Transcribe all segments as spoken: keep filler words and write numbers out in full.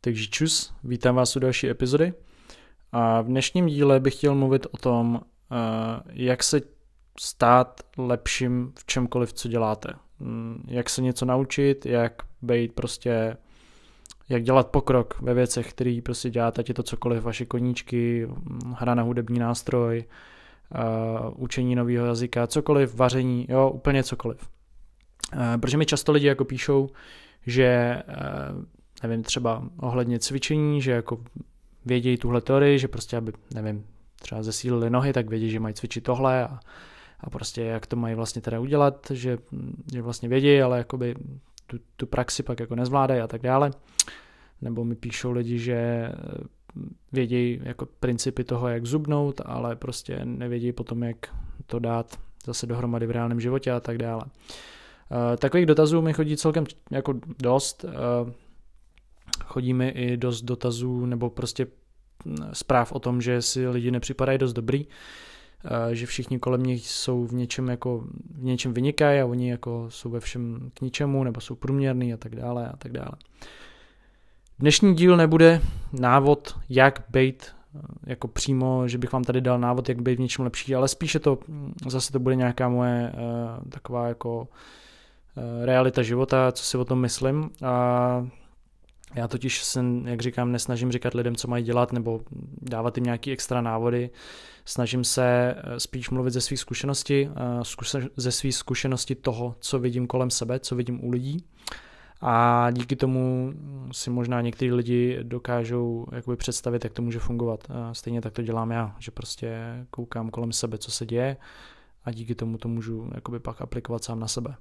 Takže čus, vítám vás u další epizody a v dnešním díle bych chtěl mluvit o tom, jak se stát lepším v čemkoliv, co děláte. Jak se něco naučit, jak být prostě, jak dělat pokrok ve věcech, který prostě děláte, ať je to cokoliv, vaše koníčky, hra na hudební nástroj, učení nového jazyka, cokoliv, vaření, jo, úplně cokoliv. Protože mi často lidi jako píšou, že nevím, třeba ohledně cvičení, že jako vědějí tuhle teorii, že prostě, aby, nevím, třeba zesílili nohy, tak vědí, že mají cvičit tohle a, a prostě jak to mají vlastně teda udělat, že, že vlastně vědí, ale jakoby tu, tu praxi pak jako nezvládají a tak dále. Nebo mi píšou lidi, že vědí jako principy toho, jak zubnout, ale prostě nevědí potom, jak to dát zase dohromady v reálném životě a tak dále. Uh, takových dotazů mi chodí celkem jako dost. Uh, chodí mi i dost dotazů nebo prostě zpráv o tom, že si lidi nepřipadají dost dobrý, uh, že všichni kolem nich jsou v něčem jako v něčem vynikají a oni jako jsou ve všem k ničemu nebo jsou průměrný a tak dále a tak dále. Dnešní díl nebude návod, jak být jako přímo, že bych vám tady dal návod, jak být v něčem lepší, ale spíše to, zase to bude nějaká moje uh, taková jako uh, realita života, co si o tom myslím. A já totiž se, jak říkám, nesnažím říkat lidem, co mají dělat nebo dávat jim nějaký extra návody. Snažím se spíš mluvit ze svých zkušeností, uh, ze svých zkušeností toho, co vidím kolem sebe, co vidím u lidí. A díky tomu si možná někteří lidi dokážou jakoby představit, jak to může fungovat. A stejně tak to dělám já, že prostě koukám kolem sebe, co se děje a díky tomu to můžu jakoby pak aplikovat sám na sebe.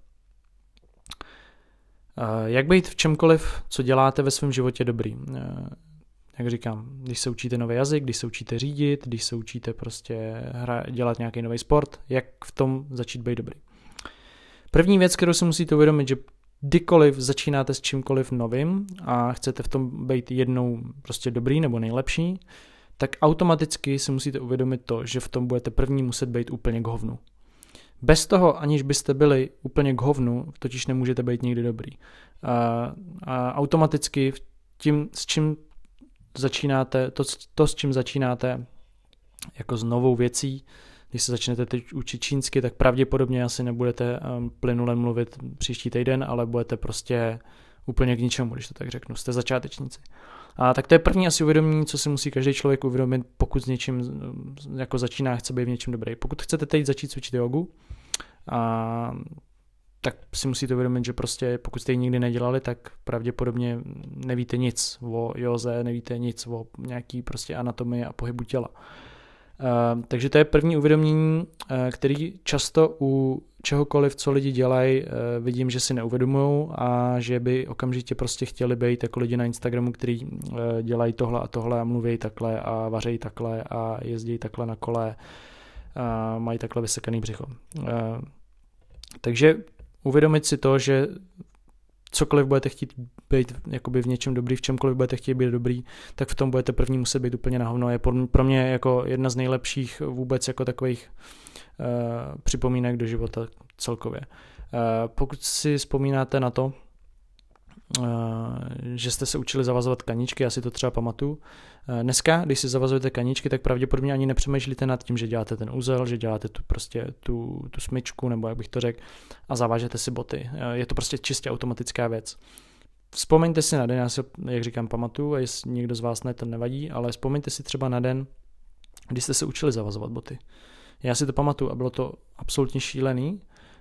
Jak být v čemkoliv, co děláte ve svém životě dobrý? Jak říkám, když se učíte nový jazyk, když se učíte řídit, když se učíte prostě hra, dělat nějaký nový sport, jak v tom začít být dobrý? První věc, kterou si musíte uvědomit, že kdykoliv začínáte s čímkoliv novým a chcete v tom být jednou prostě dobrý nebo nejlepší, tak automaticky si musíte uvědomit to, že v tom budete první muset být úplně k hovnu. Bez toho, aniž byste byli úplně k hovnu, totiž nemůžete být nikdy dobrý. A, a automaticky tím, s čím začínáte, to, to, s čím začínáte jako s novou věcí, když se začnete teď učit čínsky, tak pravděpodobně asi nebudete um, plynule mluvit příští týden, ale budete prostě úplně k ničemu, když to tak řeknu. Jste začátečníci. A tak to je první asi uvědomění, co si musí každý člověk uvědomit, pokud s něčím jako začíná, chce být v něčem dobrý. Pokud chcete teď začít cvičit jogu, a, tak si musíte uvědomit, že prostě pokud jste ji nikdy nedělali, tak pravděpodobně nevíte nic o józe, nevíte nic o nějaký prostě anatomii a pohybu těla. Uh, takže to je první uvědomění, uh, který často u čehokoliv, co lidi dělají, uh, vidím, že si neuvědomují a že by okamžitě prostě chtěli být jako lidi na Instagramu, kteří uh, dělají tohle a tohle a mluví takhle a vařejí takhle a jezdí takhle na kole a mají takhle vysekaný břicho. Uh, takže uvědomit si to, že cokoliv budete chtít být jakoby v něčem dobrý, v čemkoliv budete chtít být dobrý, tak v tom budete první muset být úplně na hovno. Je pro mě jako jedna z nejlepších vůbec jako takových uh, připomínek do života celkově. Uh, pokud si vzpomínáte na to, uh, že jste se učili zavazovat kaničky, já si to třeba pamatuju. Uh, dneska, když si zavazujete kaničky, tak pravděpodobně ani nepřemýšlíte nad tím, že děláte ten úzel, že děláte tu prostě tu, tu smyčku, nebo jak bych to řekl, a zavážete si boty. Uh, je to prostě čistě automatická věc. Vzpomeňte si na den, já si, jak říkám, pamatuju, a jestli někdo z vás ne, to nevadí, ale vzpomeňte si třeba na den, kdy jste se učili zavazovat boty. Já si to pamatuju a bylo to absolutně šílený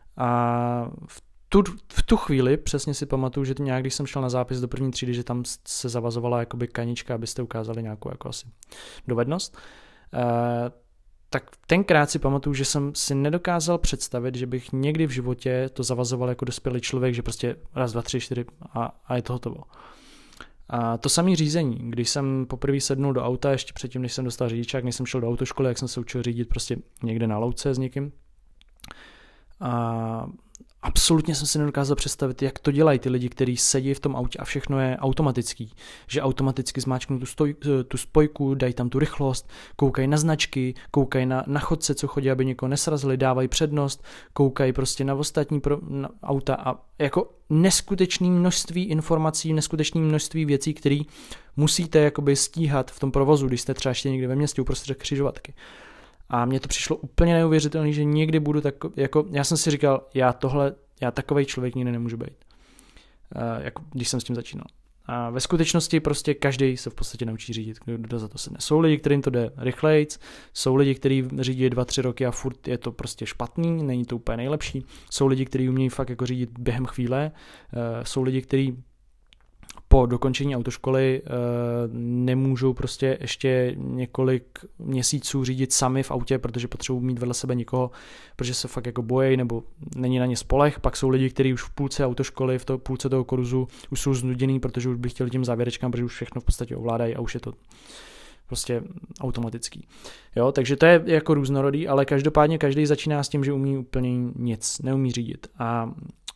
a v tu, v tu chvíli přesně si pamatuju, že nějak, když jsem šel na zápis do první třídy, že tam se zavazovala jakoby kanička, abyste ukázali nějakou jako asi dovednost. Uh, tak tenkrát si pamatuju, že jsem si nedokázal představit, že bych někdy v životě to zavazoval jako dospělý člověk, že prostě raz, dva, tři, čtyři a, a je to hotovo. A to samé řízení, když jsem poprvé sednul do auta, ještě předtím, než jsem dostal řidičák, než jsem šel do autoškoly, jak jsem se učil řídit prostě někde na louce s někým. A, absolutně jsem si nedokázal představit, jak to dělají ty lidi, kteří sedí v tom autě a všechno je automatický. Že automaticky zmáčknou tu, stoj, tu spojku, dají tam tu rychlost, koukají na značky, koukají na, na chodce, co chodí, aby někoho nesrazili, dávají přednost, koukají prostě na ostatní pro, na auta a jako neskutečné množství informací, neskutečné množství věcí, které musíte jakoby stíhat v tom provozu, když jste třeba ještě někde ve městě uprostřed křižovatky. A mně to přišlo úplně neuvěřitelné, že někdy budu tak, jako, já jsem si říkal, já tohle, já takovej člověk nikdy nemůžu být, uh, jako, když jsem s tím začínal. A ve skutečnosti prostě každý se v podstatě naučí řídit, kdo za to sedne. Jsou lidi, kterým to jde rychlejc, jsou lidi, kteří řídí dva, tři roky a furt je to prostě špatný, není to úplně nejlepší. Jsou lidi, kteří umějí fakt jako řídit během chvíle, uh, jsou lidi, kteří po dokončení autoškoly e, nemůžou prostě ještě několik měsíců řídit sami v autě, protože potřebují mít vedle sebe někoho, protože se fakt jako bojí nebo není na ně spoleh. Pak jsou lidi, kteří už v půlce autoškoly, v to, půlce toho kurzu už jsou znuděný, protože už by chtěli tím závěrečkám, protože už všechno v podstatě ovládají a už je to prostě automatický. Jo, takže to je jako různorodý, ale každopádně každý začíná s tím, že umí úplně nic, neumí řídit. A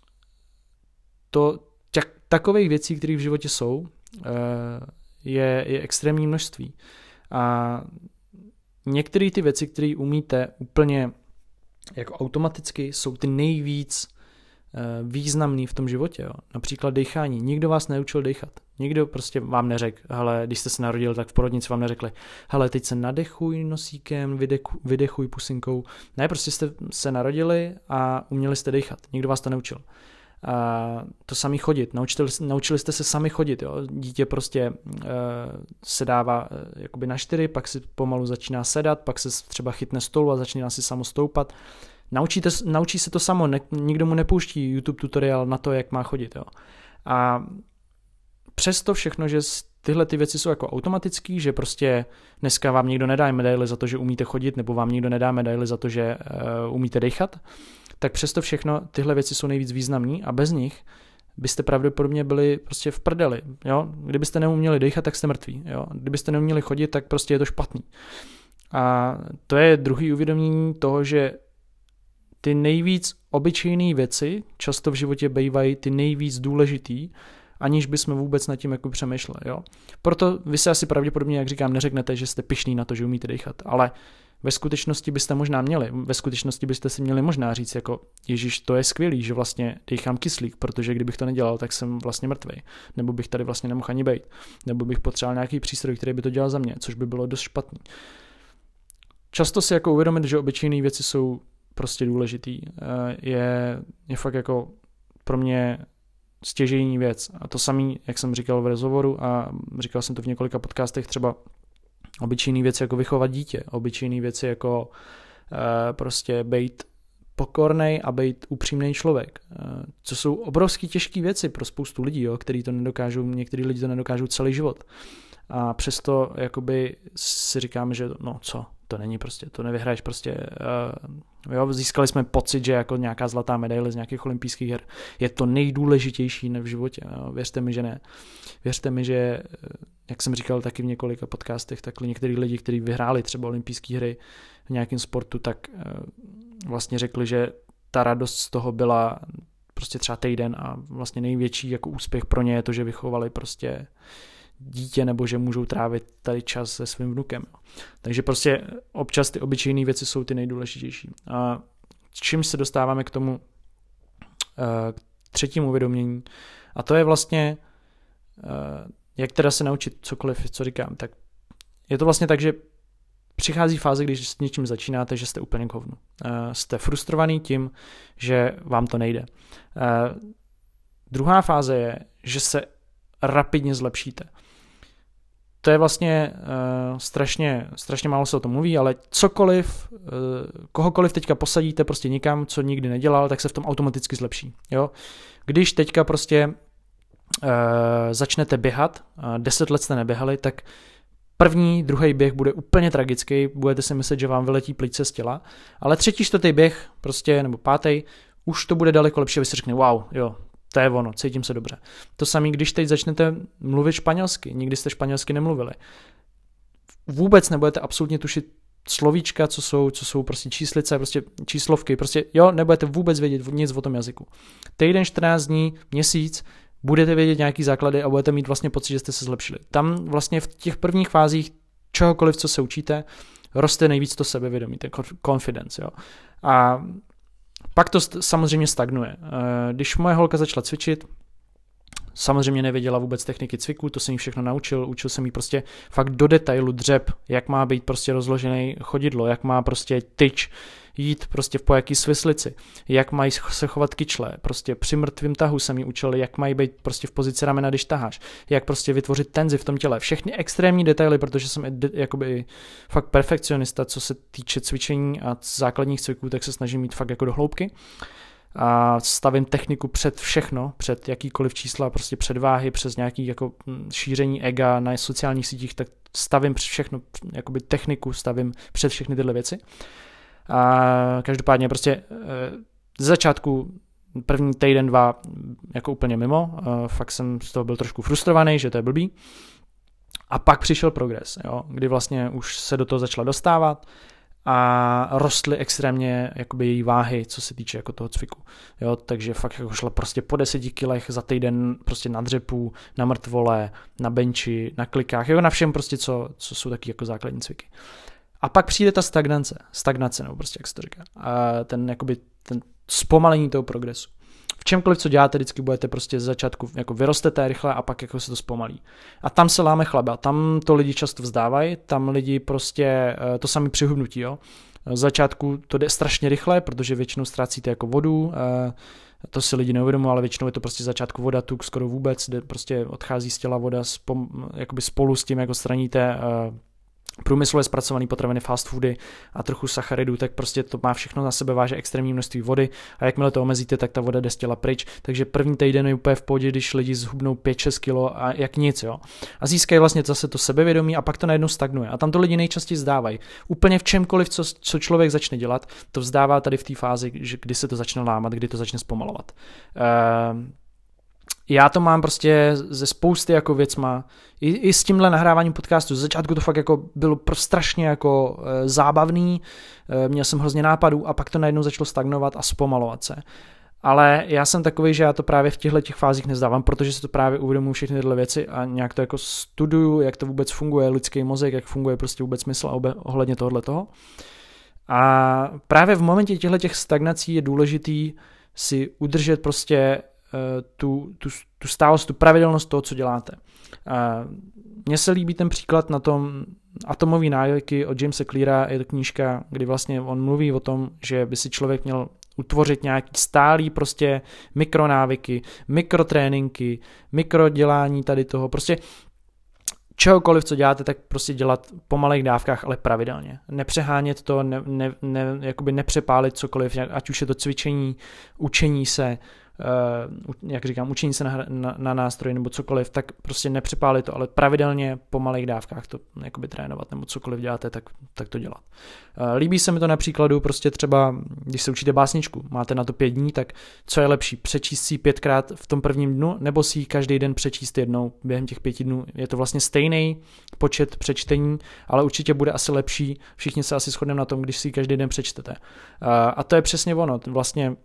to takových věcí, které v životě jsou, je, je extrémní množství. A některé ty věci, které umíte úplně jako automaticky, jsou ty nejvíc významný v tom životě. Jo. Například dýchání. Nikdo vás neučil dýchat. Nikdo prostě vám neřekl, hele, když jste se narodili, tak v porodnici vám neřekli, hele, teď se nadechuj nosíkem, vydechuj, vydechuj pusinkou. Ne, prostě jste se narodili a uměli jste dýchat. Nikdo vás to neučil. A to sami chodit. Naučili, naučili jste se sami chodit. Jo. Dítě prostě uh, se dává uh, jakoby na čtyři, pak si pomalu začíná sedat, pak se třeba chytne stolu a začíná si samo stoupat. Naučíte, naučí se to samo, ne, nikdo mu nepouští YouTube tutoriál na to, jak má chodit. Jo. A přesto všechno, že tyhle ty věci jsou jako automatický, že prostě dneska vám nikdo nedá medaili za to, že umíte chodit, nebo vám nikdo nedá medaili za to, že uh, umíte dechat, tak přesto všechno tyhle věci jsou nejvíc významný a bez nich byste pravděpodobně byli prostě v prdeli. Jo? Kdybyste neuměli dechat, tak jste mrtví. Jo? Kdybyste neuměli chodit, tak prostě je to špatný. A to je druhý uvědomění toho, že ty nejvíc obyčejné věci často v životě bývají ty nejvíc důležitý, aniž bychom vůbec nad tím jako přemýšleli. Jo? Proto vy se asi pravděpodobně, jak říkám, neřeknete, že jste pyšný na to, že umíte dechat, ale ve skutečnosti byste možná měli, ve skutečnosti byste si měli možná říct jako Ježíš, to je skvělý, že vlastně dýchám kyslík, protože kdybych to nedělal, tak jsem vlastně mrtvej, nebo bych tady vlastně nemohl ani bejt, nebo bych potřeboval nějaký přístroj, který by to dělal za mě, což by bylo dost špatný. Často si jako uvědomit, že obyčejné věci jsou prostě důležitý, je, je fakt jako pro mě stěžejní věc. A to samý, jak jsem říkal v rozhovoru a říkal jsem to v několika podcastech, třeba obyčejné věci jako vychovat dítě, obyčejné věci jako uh, prostě bejt pokornej a bejt upřímný člověk. Uh, co jsou obrovský těžké věci pro spoustu lidí, jo, který to nedokážou, některý lidi to nedokážou celý život. A přesto jakoby si říkáme, že no co, to není prostě, to nevyhraješ prostě. Uh, jo, získali jsme pocit, že jako nějaká zlatá medaile z nějakých olympijských her je to nejdůležitější v životě. Jo. Věřte mi, že ne. Věřte mi, že jak jsem říkal taky v několika podcastech, tak některý lidi, kteří vyhráli třeba olympijské hry v nějakém sportu, tak uh, vlastně řekli, že ta radost z toho byla prostě třeba týden a vlastně největší jako úspěch pro ně je to, že vychovali prostě dítě nebo že můžou trávit tady čas se svým vnukem. Takže prostě občas ty obyčejné věci jsou ty nejdůležitější. A čím se dostáváme k tomu k třetímu uvědomění, a to je vlastně, jak teda se naučit cokoliv, co říkám, tak je to vlastně tak, že přichází fáze, když s něčím začínáte, že jste úplně k hovnu. Jste frustrovaný tím, že vám to nejde. Druhá fáze je, že se rapidně zlepšíte. To je vlastně uh, strašně, strašně málo se o tom mluví, ale cokoliv, uh, kohokoliv teďka posadíte prostě někam, co nikdy nedělal, tak se v tom automaticky zlepší. Jo? Když teďka prostě uh, začnete běhat, uh, deset let jste neběhali, tak první, druhý běh bude úplně tragický, budete si myslet, že vám vyletí plíce z těla, ale třetí, čtvrtý běh, prostě, nebo pátý, už to bude daleko lepší, vy si řekne, wow, jo, to je ono, cítím se dobře. To samé, když teď začnete mluvit španělsky, nikdy jste španělsky nemluvili. Vůbec nebudete absolutně tušit, slovíčka, co jsou, co jsou prostě číslice, prostě číslovky, prostě jo, nebudete vůbec vědět nic o tom jazyku. Týden, čtrnáct dní, měsíc, budete vědět nějaký základy a budete mít vlastně pocit, že jste se zlepšili. Tam vlastně v těch prvních fázích čehokoliv, co se učíte, roste nejvíc to sebevědomí, ten confidence, jo. A pak to samozřejmě stagnuje. Když moje holka začala cvičit, samozřejmě nevěděla vůbec techniky cviku, to jsem jí všechno naučil, učil jsem jí prostě fakt do detailu dřep, jak má být prostě rozložený chodidlo, jak má prostě tyč jít prostě po jaký svislici, jak mají se chovat kyčle, prostě při mrtvým tahu jsem jí učil, jak mají být prostě v pozici ramena, když taháš, jak prostě vytvořit tenzi v tom těle, všechny extrémní detaily, protože jsem jakoby fakt perfekcionista, co se týče cvičení a základních cviků, tak se snažím mít fakt jako do hloubky. A stavím techniku před všechno, před jakýkoliv čísla, prostě před váhy, přes nějaký jako šíření ega na sociálních sítích, tak stavím před všechno, jakoby techniku stavím před všechny tyhle věci. A každopádně prostě z začátku první týden, dva jako úplně mimo, fakt jsem z toho byl trošku frustrovaný, že to je blbý. A pak přišel progres, jo, kdy vlastně už se do toho začala dostávat a rostly extrémně jakoby její váhy, co se týče jako toho cviku. Jo, takže fakt jako šla prostě po deseti kilech za týden prostě na dřepu, na mrtvole, na benči, na klikách, jo, na všem prostě, co, co jsou taky jako základní cviky. A pak přijde ta stagnace, stagnace, nebo prostě jak se to říká, a ten jakoby ten zpomalení toho progresu. V čemkoliv, co děláte, vždycky budete prostě z začátku, jako vyrostete rychle a pak jako se to zpomalí. A tam se láme chleba, tam to lidi často vzdávají, tam lidi prostě, to sami přihubnutí, jo. Z začátku to jde strašně rychle, protože většinou ztrácíte jako vodu, to si lidi neuvědomují, ale většinou je to prostě z začátku voda, tuk skoro vůbec, kde prostě odchází z těla voda spom, jakoby spolu s tím, jako straníte průmyslově zpracované potraviny, fast foody a trochu sacharidů, tak prostě to má všechno na sebe, váže extrémní množství vody a jakmile to omezíte, tak ta voda jde z těla pryč. Takže první týden je úplně v pohodě, když lidi zhubnou pět šest kilo a jak nic, jo. A získají vlastně zase to sebevědomí a pak to najednou stagnuje. A tam to lidi nejčastěji vzdávají. Úplně v čemkoliv, co, co člověk začne dělat, to vzdává tady v té fázi, že, kdy se to začne lámat, kdy to začne zpomalovat. Uh, Já to mám prostě ze spousty jako věcma, i, i s tímhle nahráváním podcastu. Z začátku to fakt jako bylo strašně jako e, zábavný, e, měl jsem hrozně nápadů a pak to najednou začalo stagnovat a zpomalovat se. Ale já jsem takový, že já to právě v těchto těch fázích nezdávám, protože si to právě uvědomuji všechny tyhle věci a nějak to jako studuju, jak to vůbec funguje lidský mozek, jak funguje prostě vůbec smysl ohledně tohohle toho. A právě v momentě těchto těch stagnací je důležitý si udržet prostě Tu, tu, tu stálost, tu pravidelnost toho, co děláte. Mně se líbí ten příklad na tom Atomový návyky od Jamesa Cleara, je to knížka, kdy vlastně on mluví o tom, že by si člověk měl utvořit nějaký stálý prostě mikronávyky, mikrotréninky, mikrodělání tady toho, prostě čehokoliv, co děláte, tak prostě dělat po malých dávkách, ale pravidelně. Nepřehánět to, ne, ne, ne, jakoby nepřepálit cokoliv, ať už je to cvičení, učení se, Uh, jak říkám, učení se na, na, na nástroji nebo cokoliv, tak prostě nepřepálit to, ale pravidelně po malých dávkách to jakoby trénovat nebo cokoliv děláte, tak, tak to dělat. Uh, líbí se mi to na příkladu prostě třeba, když se učíte básničku, máte na to pět dní, tak co je lepší, přečíst si pětkrát v tom prvním dnu, nebo si ji každý den přečíst jednou během těch pěti dnů. Je to vlastně stejný počet přečtení, ale určitě bude asi lepší, všichni se asi shodneme na tom, když si ji každý den přečtete. Uh, a to je přesně ono, vlastně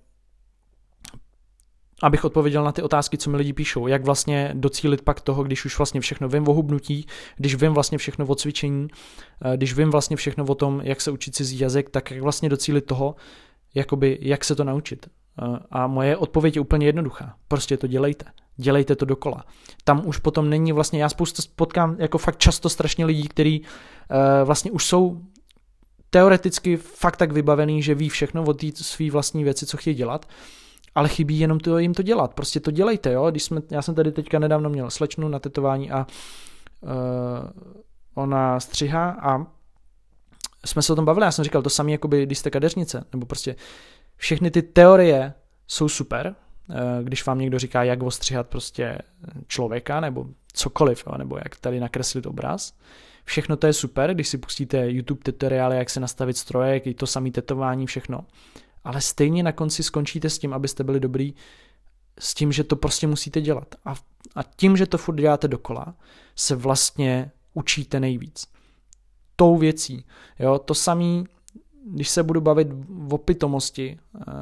abych odpověděl na ty otázky, co mi lidi píšou, jak vlastně docílit pak toho, když už vlastně všechno vím o hubnutí, když vím vlastně všechno o cvičení, když vím vlastně všechno o tom, jak se učit cizí jazyk, tak jak vlastně docílit toho, jakoby, jak se to naučit. A moje odpověď je úplně jednoduchá. Prostě to dělejte. Dělejte to dokola. Tam už potom není vlastně, já spoustu potkám jako fakt často strašně lidí, kteří uh, vlastně už jsou teoreticky fakt tak vybavený, že ví všechno o té své vlastní věci, co chtějí dělat, ale chybí jenom to, jim to dělat. Prostě to dělejte, jo. Když jsme, já jsem tady teďka nedávno měl slečnu na tetování a uh, ona střihá a jsme se o tom bavili. Já jsem říkal to samé, jakoby, když jste kadeřnice, nebo prostě všechny ty teorie jsou super, uh, když vám někdo říká, jak ostřihat prostě člověka, nebo cokoliv, jo, nebo jak tady nakreslit obraz. Všechno to je super, když si pustíte YouTube tutoriály, jak se nastavit stroje, jak to samé tetování, všechno. Ale stejně na konci skončíte s tím, abyste byli dobrý, s tím, že to prostě musíte dělat. A, a tím, že to furt děláte dokola, se vlastně učíte nejvíc. tou věcí. Jo, to samý, když se budu bavit o pitomosti,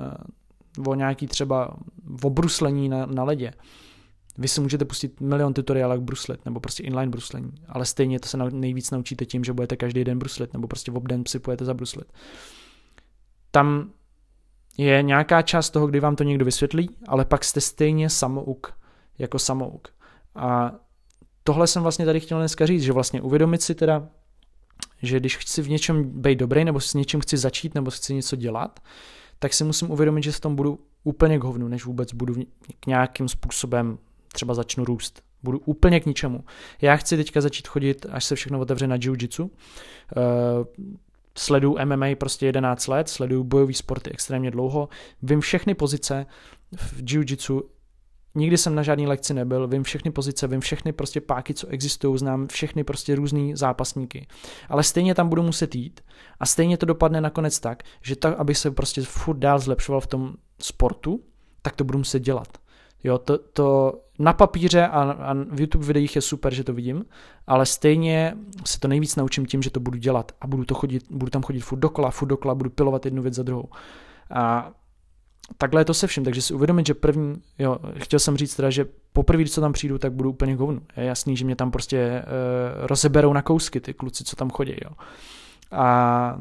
o nějaký třeba o bruslení na, na ledě. Vy si můžete pustit milion tutoriálů jak bruslet, nebo prostě inline bruslení, ale stejně to se nejvíc naučíte tím, že budete každý den bruslet, nebo prostě v obden si pojete za bruslet. Tam je nějaká část toho, kdy vám to někdo vysvětlí, ale pak jste stejně samouk jako samouk. A tohle jsem vlastně tady chtěl dneska říct, že vlastně uvědomit si teda, že když chci v něčem být dobrý, nebo s něčím chci začít, nebo chci něco dělat, tak si musím uvědomit, že v tom budu úplně k hovnu, než vůbec budu k nějakým způsobem třeba začnu růst. Budu úplně k ničemu. Já chci teďka začít chodit, až se všechno otevře na jiu-jitsu. Uh, sleduju M M A prostě jedenáct let, sleduju bojový sporty extrémně dlouho, vím všechny pozice v jiu-jitsu, nikdy jsem na žádný lekci nebyl, vím všechny pozice, vím všechny prostě páky, co existují, znám všechny prostě různý zápasníky. Ale stejně tam budu muset jít a stejně to dopadne nakonec tak, že tak, aby se prostě furt dál zlepšoval v tom sportu, tak to budu muset dělat. Jo, to, to na papíře a, a v YouTube videích je super, že to vidím, ale stejně se to nejvíc naučím tím, že to budu dělat a budu, to chodit, budu tam chodit furt dokola, furt dokola, budu pilovat jednu věc za druhou. A takhle je to se vším, takže si uvědomit, že první, jo, chtěl jsem říct teda, že poprvé, co tam přijdu, tak budu úplně hovnu. Je jasný, že mě tam prostě uh, rozeberou na kousky ty kluci, co tam chodí, jo. A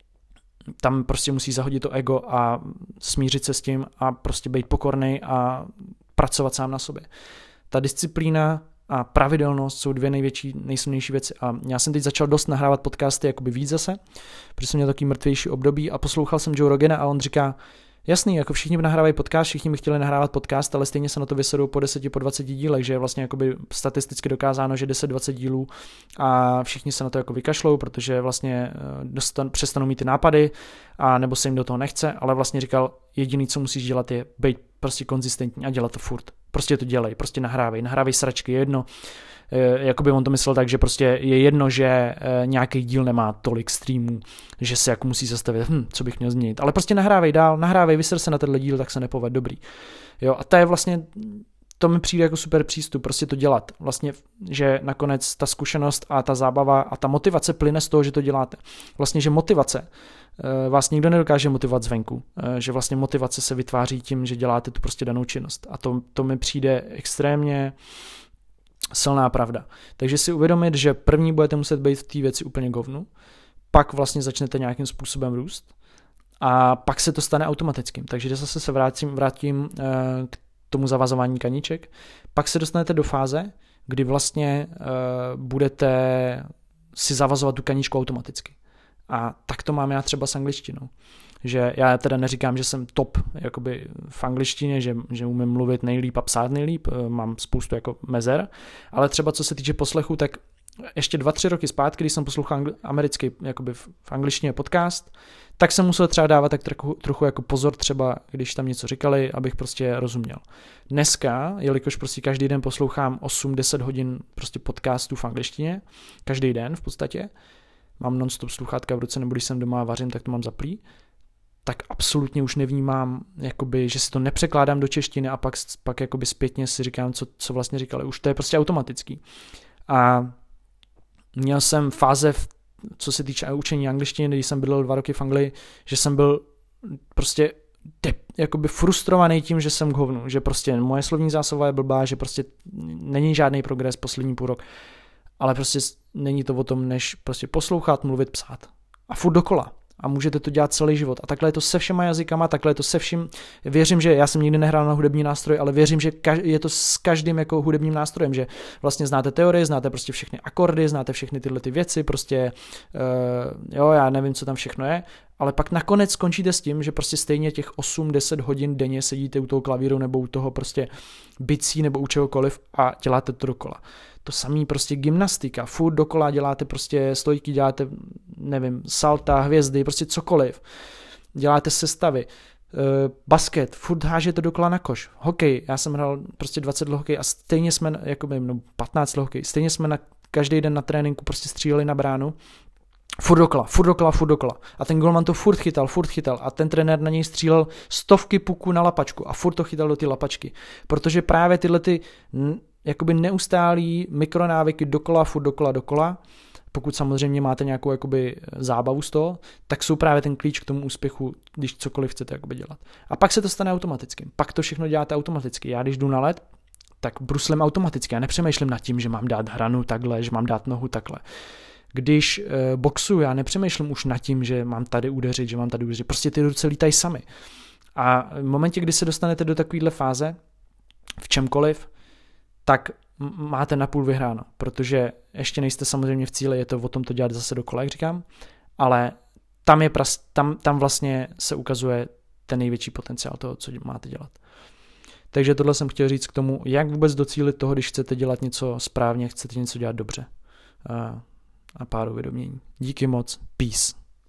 tam prostě musí zahodit to ego a smířit se s tím a prostě být pokornej a pracovat sám na sobě. Ta disciplína a pravidelnost jsou dvě největší, nejsilnější věci. A já jsem teď začal dost nahrávat podcasty jakoby víc zase, protože jsem měl takový mrtvější období a poslouchal jsem Joe Rogana a on říká, jasný, jako všichni nahrávají podcast, všichni by chtěli nahrávat podcast, ale stejně se na to vysedou po deseti, po dvaceti dílech, že je vlastně jakoby statisticky dokázáno, že deset dvacet dílů a všichni se na to jako vykašlou, protože vlastně dostan, přestanou mít ty nápady a nebo se jim do toho nechce, ale vlastně říkal, jediný, co musíš dělat, je být prostě konzistentní a dělat to furt. Prostě to dělej, prostě nahrávej, nahrávej sračky, je jedno. Jakoby on to myslel tak, že prostě je jedno, že nějaký díl nemá tolik streamů, že se jako musí zastavit, hm, co bych měl změnit. Ale prostě nahrávej dál, nahrávej, vyser se na tenhle díl, tak se nepoved, dobrý. Jo, a to je vlastně, to mi přijde jako super přístup, prostě to dělat. Vlastně, že nakonec ta zkušenost a ta zábava a ta motivace plyne z toho, že to děláte. Vlastně, že motivace, vás nikdo nedokáže motivovat zvenku, že vlastně motivace se vytváří tím, že děláte tu prostě danou činnost. A to, to mi přijde extrémně silná pravda. Takže si uvědomit, že první budete muset být v té věci úplně govnu, pak vlastně začnete nějakým způsobem růst a pak se to stane automatickým. Takže zase se vrátím, vrátím k tomu zavazování kaníček. Pak se dostanete do fáze, kdy vlastně budete si zavazovat tu kaníčku automaticky. A tak to mám já třeba s angličtinou. Že já teda neříkám, že jsem top jakoby v angličtině, že, že umím mluvit nejlíp a psát nejlíp, mám spoustu jako mezer, ale třeba co se týče poslechu, tak ještě dva, tři roky zpátky, když jsem poslouchal angli- americký jakoby v, v angličtině podcast, tak jsem musel třeba dávat tak trochu, trochu jako pozor třeba, když tam něco říkali, abych prostě rozuměl. Dneska, jelikož prostě každý den poslouchám osm deset hodin prostě podcastů v angličtině, každý den v podstatě, mám non-stop sluchátka v ruce, nebo když jsem doma a vařím, tak to mám zaplý, tak absolutně už nevnímám, jakoby, že si to nepřekládám do češtiny a pak, pak jakoby zpětně si říkám, co, co vlastně říkali. Už to je prostě automatický. A měl jsem fáze, v, co se týče učení angličtiny, když jsem bydlel dva roky v Anglii, že jsem byl prostě de, jakoby frustrovaný tím, že jsem k hovnu, že prostě moje slovní zásoba je blbá, že prostě není žádný progres poslední půl rok, ale prostě není to o tom, než prostě poslouchat, mluvit, psát. A furt dokola. A můžete to dělat celý život. A takhle je to se všema jazykama, takhle je to se vším. Věřím, že já jsem nikdy nehrál na hudební nástroj, ale věřím, že je to s každým jako hudebním nástrojem, že vlastně znáte teorie, znáte prostě všechny akordy, znáte všechny tyhle ty věci, prostě uh, jo, já nevím, co tam všechno je, ale pak nakonec skončíte s tím, že prostě stejně těch osm deset hodin denně sedíte u toho klavíru nebo u toho prostě bicí nebo u čehokoliv a děláte to dokola. To samý prostě gymnastika, furt dokola děláte prostě stojky, děláte, nevím, salta, hvězdy, prostě cokoliv. Děláte sestavy, uh, basket, furt hážete dokola na koš. Hokej, já jsem hrál prostě dvacet let hokej a stejně jsme, jakoby, no patnáct let hokej, stejně jsme na každý den na tréninku prostě stříleli na bránu. Furt dokola, furt dokola, furt dokola. A ten golman to furt chytal, furt chytal. A ten trenér na něj střílel stovky puků na lapačku a furt to chytal do ty lapačky. Protože právě tyhle ty jakoby neustálý mikronávyky dokola, furt dokola, dokola, pokud samozřejmě máte nějakou jakoby zábavu z toho, tak jsou právě ten klíč k tomu úspěchu, když cokoliv chcete jakoby dělat. A pak se to stane automaticky. Pak to všechno děláte automaticky. Já když jdu na led, tak bruslím automaticky. Já nepřemýšlím nad tím, že mám dát hranu takhle, že mám dát nohu takhle. Když e, boxuju, já nepřemýšlím už nad tím, že mám tady udeřit, že mám tady udeřit. Prostě ty ruce lítají sami. A v momentě, kdy se dostanete do takovéhle fáze, v čemkoliv, tak máte napůl vyhráno, protože ještě nejste samozřejmě v cíli, je to o tom to dělat zase dokola, jak říkám, ale tam, je pras, tam, tam vlastně se ukazuje ten největší potenciál toho, co máte dělat. Takže tohle jsem chtěl říct k tomu, jak vůbec docílit toho, když chcete dělat něco správně, chcete něco dělat dobře. A, a pár uvědomění. Díky moc. Peace.